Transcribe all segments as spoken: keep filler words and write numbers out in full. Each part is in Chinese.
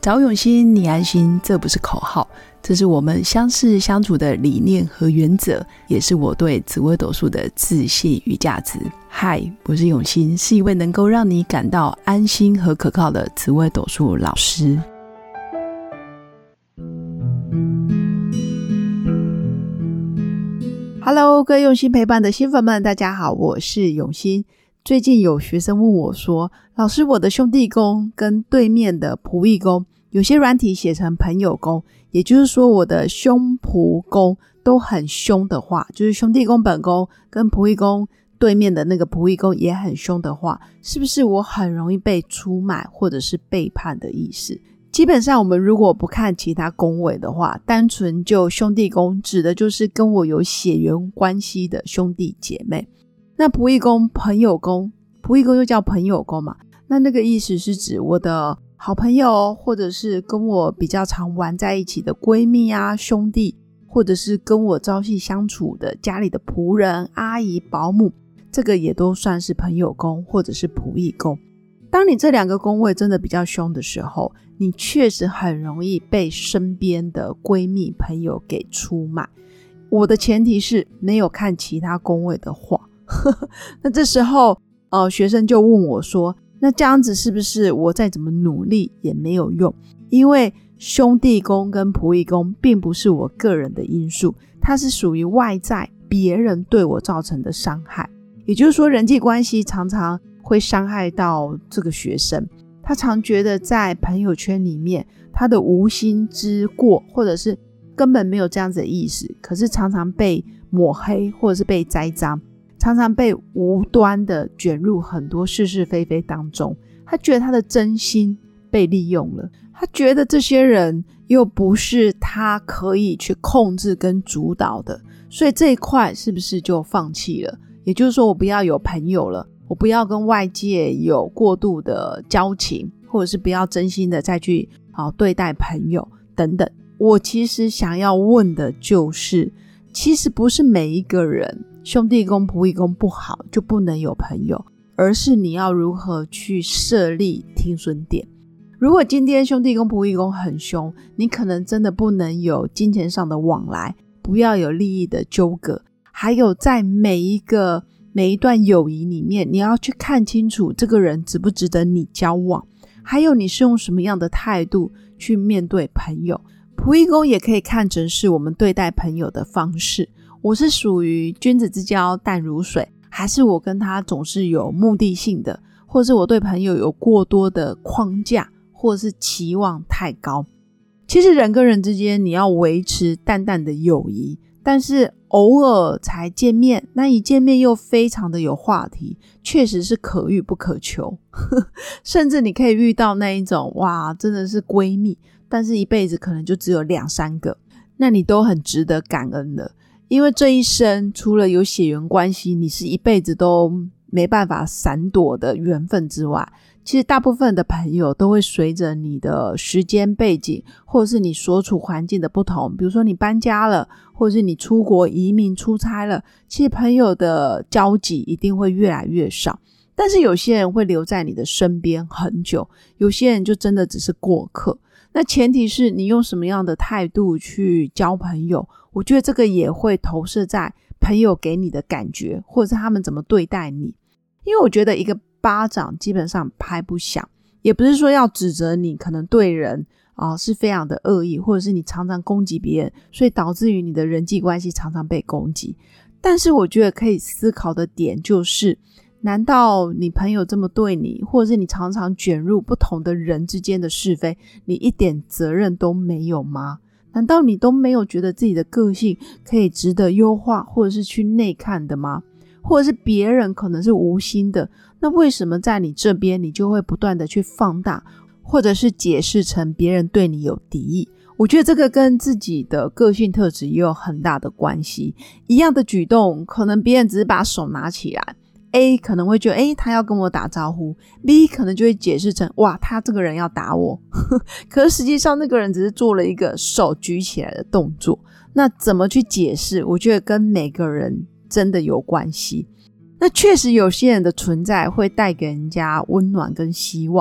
找永新，你安心，这不是口号，这是我们相识相处的理念和原则，也是我对紫微斗数的自信与价值。嗨，我是永新，是一位能够让你感到安心和可靠的紫微斗数老师。Hello， 各位用心陪伴的新粉们，大家好，我是永新。最近有学生问我说，老师，我的兄弟宫跟对面的仆役宫有些软体写成朋友宫，也就是说我的兄仆宫都很凶的话，就是兄弟宫本宫跟仆役宫对面的那个仆役宫也很凶的话，是不是我很容易被出卖或者是背叛的意思？基本上我们如果不看其他宫位的话，单纯就兄弟宫指的就是跟我有血缘关系的兄弟姐妹。那仆役宫朋友宫，仆役宫又叫朋友宫嘛，那那个意思是指我的好朋友，或者是跟我比较常玩在一起的闺蜜啊兄弟，或者是跟我朝夕相处的家里的仆人阿姨保姆，这个也都算是朋友宫或者是仆役宫。当你这两个宫位真的比较凶的时候，你确实很容易被身边的闺蜜朋友给出卖。我的前提是没有看其他宫位的话那这时候呃，学生就问我说，那这样子是不是我再怎么努力也没有用？因为兄弟宫跟仆役宫并不是我个人的因素，它是属于外在别人对我造成的伤害。也就是说，人际关系常常会伤害到这个学生，他常觉得在朋友圈里面他的无心之过，或者是根本没有这样子的意思，可是常常被抹黑或者是被栽赃，常常被无端的卷入很多是是非非当中。他觉得他的真心被利用了，他觉得这些人又不是他可以去控制跟主导的，所以这一块是不是就放弃了？也就是说，我不要有朋友了，我不要跟外界有过度的交情，或者是不要真心的再去好对待朋友等等。我其实想要问的就是，其实不是每一个人兄弟宫仆役宫不好就不能有朋友，而是你要如何去设立停损点。如果今天兄弟宫仆役宫很凶，你可能真的不能有金钱上的往来，不要有利益的纠葛，还有在每一个每一段友谊里面，你要去看清楚这个人值不值得你交往，还有你是用什么样的态度去面对朋友。仆役宫也可以看成是我们对待朋友的方式，我是属于君子之交淡如水，还是我跟他总是有目的性的，或是我对朋友有过多的框架，或者是期望太高。其实人跟人之间你要维持淡淡的友谊，但是偶尔才见面，那一见面又非常的有话题，确实是可遇不可求甚至你可以遇到那一种哇真的是闺蜜，但是一辈子可能就只有两三个，那你都很值得感恩的。因为这一生除了有血缘关系你是一辈子都没办法闪躲的缘分之外，其实大部分的朋友都会随着你的时间背景，或者是你所处环境的不同，比如说你搬家了，或者是你出国移民出差了，其实朋友的交集一定会越来越少。但是有些人会留在你的身边很久，有些人就真的只是过客。那前提是你用什么样的态度去交朋友，我觉得这个也会投射在朋友给你的感觉，或者是他们怎么对待你。因为我觉得一个巴掌基本上拍不响，也不是说要指责你可能对人、呃、是非常的恶意，或者是你常常攻击别人，所以导致于你的人际关系常常被攻击。但是我觉得可以思考的点就是，难道你朋友这么对你，或者是你常常卷入不同的人之间的是非，你一点责任都没有吗？难道你都没有觉得自己的个性可以值得优化，或者是去内看的吗？或者是别人可能是无心的，那为什么在你这边你就会不断的去放大，或者是解释成别人对你有敌意？我觉得这个跟自己的个性特质也有很大的关系。一样的举动，可能别人只是把手拿起来， A 可能会觉得诶他要跟我打招呼， B 可能就会解释成哇他这个人要打我可是实际上那个人只是做了一个手举起来的动作。那怎么去解释，我觉得跟每个人真的有关系。那确实有些人的存在会带给人家温暖跟希望，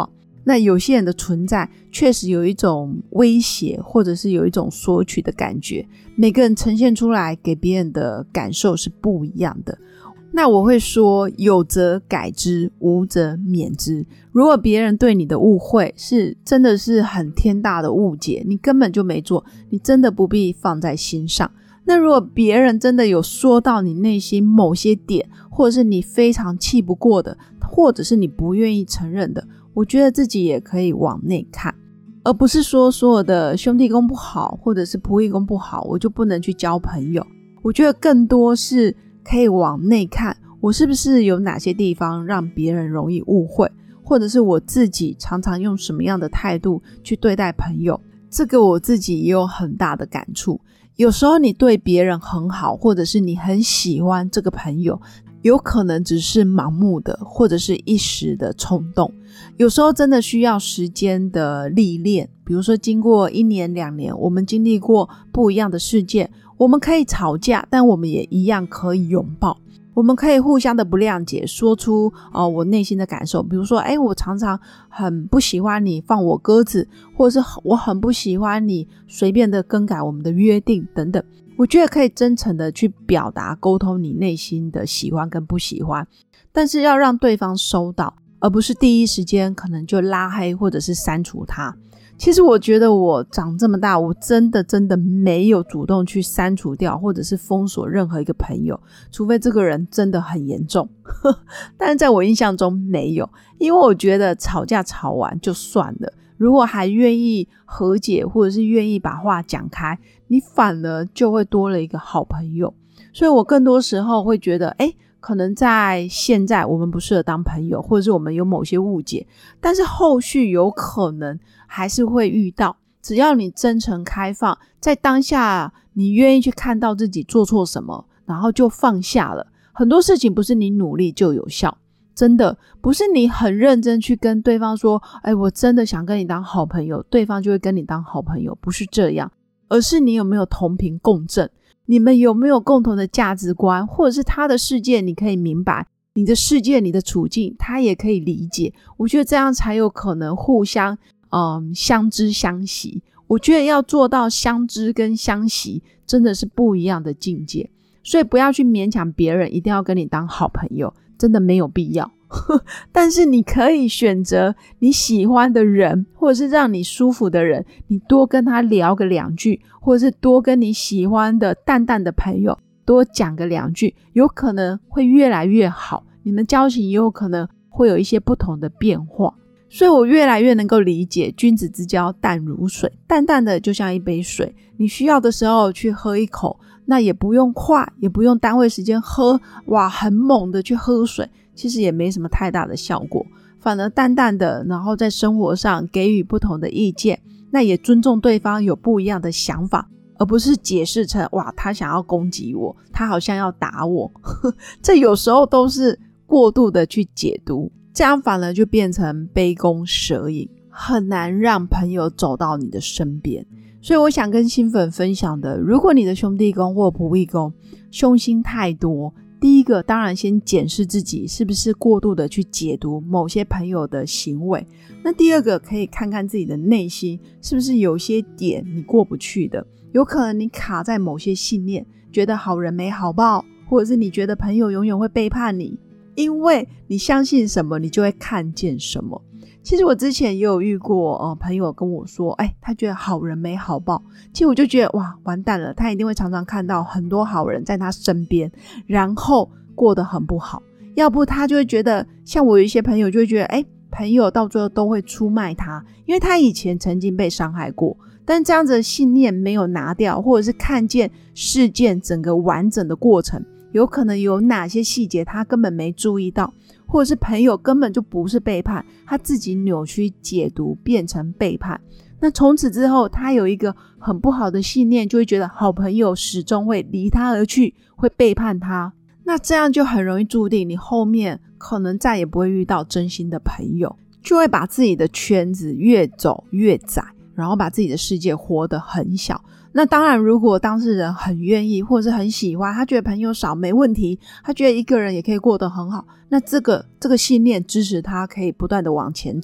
那有些人的存在确实有一种威胁，或者是有一种索取的感觉，每个人呈现出来给别人的感受是不一样的。那我会说，有则改之，无则免之。如果别人对你的误会是真的是很天大的误解，你根本就没做，你真的不必放在心上。那如果别人真的有说到你内心某些点，或者是你非常气不过的，或者是你不愿意承认的，我觉得自己也可以往内看，而不是说所有的兄弟宫不好，或者是仆役宫不好，我就不能去交朋友。我觉得更多是可以往内看，我是不是有哪些地方让别人容易误会，或者是我自己常常用什么样的态度去对待朋友。这个我自己也有很大的感触。有时候你对别人很好，或者是你很喜欢这个朋友，有可能只是盲目的，或者是一时的冲动。有时候真的需要时间的历练，比如说经过一年两年，我们经历过不一样的事件，我们可以吵架，但我们也一样可以拥抱。我们可以互相的不谅解，说出呃我内心的感受，比如说诶我常常很不喜欢你放我鸽子，或者是我很不喜欢你随便的更改我们的约定等等。我觉得可以真诚的去表达沟通你内心的喜欢跟不喜欢，但是要让对方收到，而不是第一时间可能就拉黑或者是删除他。其实我觉得我长这么大，我真的真的没有主动去删除掉或者是封锁任何一个朋友，除非这个人真的很严重但是在我印象中没有，因为我觉得吵架吵完就算了，如果还愿意和解，或者是愿意把话讲开，你反而就会多了一个好朋友。所以我更多时候会觉得诶可能在现在我们不适合当朋友，或者是我们有某些误解，但是后续有可能还是会遇到。只要你真诚开放，在当下你愿意去看到自己做错什么，然后就放下了。很多事情不是你努力就有效，真的不是你很认真去跟对方说哎，我真的想跟你当好朋友，对方就会跟你当好朋友，不是这样，而是你有没有同频共振，你们有没有共同的价值观，或者是他的世界你可以明白，你的世界你的处境他也可以理解。我觉得这样才有可能互相嗯相知相惜。我觉得要做到相知跟相惜真的是不一样的境界，所以不要去勉强别人一定要跟你当好朋友，真的没有必要但是你可以选择你喜欢的人，或者是让你舒服的人，你多跟他聊个两句，或者是多跟你喜欢的淡淡的朋友多讲个两句，有可能会越来越好，你们交情也有可能会有一些不同的变化。所以我越来越能够理解君子之交淡如水，淡淡的就像一杯水，你需要的时候去喝一口，那也不用快，也不用单位时间喝，哇很猛的去喝水，其实也没什么太大的效果，反而淡淡的，然后在生活上给予不同的意见，那也尊重对方有不一样的想法，而不是解释成哇他想要攻击我，他好像要打我这有时候都是过度的去解读，这样反而就变成杯弓蛇影，很难让朋友走到你的身边。所以我想跟新粉分享的，如果你的兄弟宫或仆役宫凶星太多，第一个当然先检视自己是不是过度的去解读某些朋友的行为，那第二个可以看看自己的内心是不是有些点你过不去的，有可能你卡在某些信念，觉得好人没好报，或者是你觉得朋友永远会背叛你，因为你相信什么你就会看见什么。其实我之前也有遇过呃，朋友跟我说哎，他觉得好人没好报，其实我就觉得哇完蛋了，他一定会常常看到很多好人在他身边，然后过得很不好，要不他就会觉得，像我有一些朋友就会觉得哎，朋友到最后都会出卖他，因为他以前曾经被伤害过，但这样子的信念没有拿掉，或者是看见事件整个完整的过程，有可能有哪些细节他根本没注意到，或者是朋友根本就不是背叛，他自己扭曲解读变成背叛，那从此之后他有一个很不好的信念，就会觉得好朋友始终会离他而去，会背叛他，那这样就很容易注定你后面可能再也不会遇到真心的朋友，就会把自己的圈子越走越窄，然后把自己的世界活得很小。那当然如果当事人很愿意或者是很喜欢，他觉得朋友少没问题，他觉得一个人也可以过得很好，那这个这个信念支持他可以不断的往前走，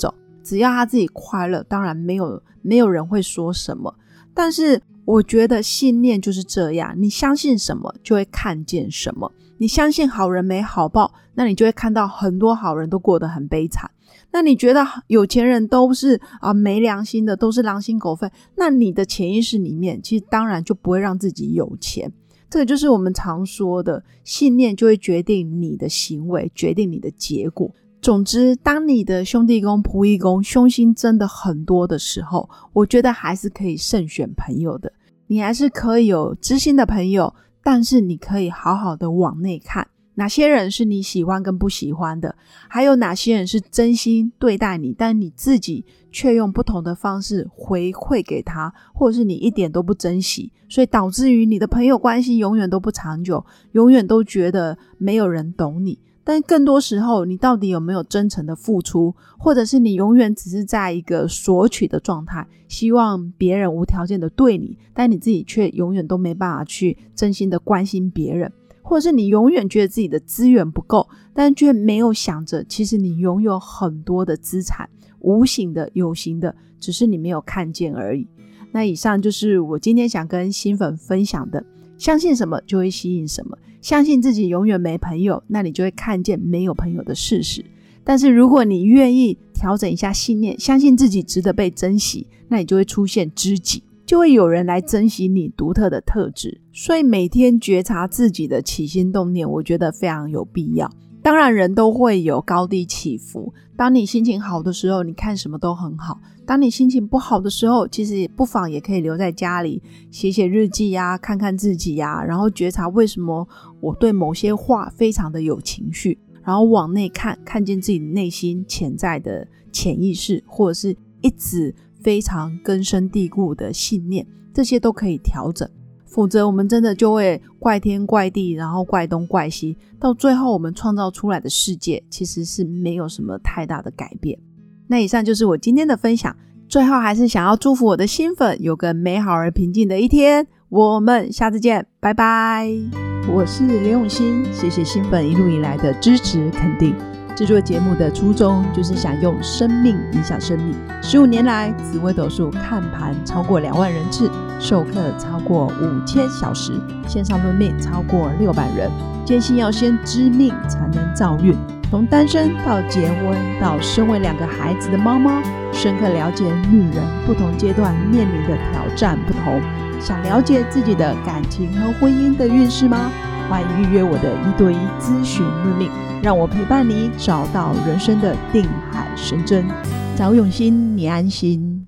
只要他自己快乐，当然没有没有人会说什么。但是我觉得信念就是这样，你相信什么就会看见什么。你相信好人没好报，那你就会看到很多好人都过得很悲惨。那你觉得有钱人都是啊没良心的，都是狼心狗肺，那你的潜意识里面其实当然就不会让自己有钱。这个就是我们常说的，信念就会决定你的行为，决定你的结果。总之，当你的兄弟宫、仆役宫凶星真的很多的时候，我觉得还是可以慎选朋友的。你还是可以有知心的朋友，但是你可以好好的往内看，哪些人是你喜欢跟不喜欢的，还有哪些人是真心对待你，但你自己却用不同的方式回馈给他，或者是你一点都不珍惜，所以导致于你的朋友关系永远都不长久，永远都觉得没有人懂你。但更多时候，你到底有没有真诚的付出，或者是你永远只是在一个索取的状态，希望别人无条件的对你，但你自己却永远都没办法去真心的关心别人，或者是你永远觉得自己的资源不够，但却没有想着其实你拥有很多的资产，无形的有形的，只是你没有看见而已。那以上就是我今天想跟新粉分享的，相信什么就会吸引什么，相信自己永远没朋友，那你就会看见没有朋友的事实。但是如果你愿意调整一下信念，相信自己值得被珍惜，那你就会出现知己，就会有人来珍惜你独特的特质。所以每天觉察自己的起心动念，我觉得非常有必要。当然人都会有高低起伏，当你心情好的时候，你看什么都很好，当你心情不好的时候，其实不妨也可以留在家里写写日记啊，看看自己啊，然后觉察为什么我对某些话非常的有情绪，然后往内看，看见自己内心潜在的潜意识，或者是一直非常根深蒂固的信念，这些都可以调整。否则我们真的就会怪天怪地，然后怪东怪西，到最后我们创造出来的世界其实是没有什么太大的改变。那以上就是我今天的分享，最后还是想要祝福我的新粉有个美好而平静的一天，我们下次见，拜拜。我是刘永新，谢谢新粉一路以来的支持肯定。制作节目的初衷就是想用生命影响生命。十五年来，紫微斗数看盘超过两万人次，授课超过五千小时，线上论命超过六百人。坚信要先知命才能造运，从单身到结婚到身为两个孩子的妈妈，深刻了解女人不同阶段面临的挑战不同。想了解自己的感情和婚姻的运势吗？欢迎预约我的一对一咨询论命，让我陪伴你找到人生的定海神针。找永心，你安心。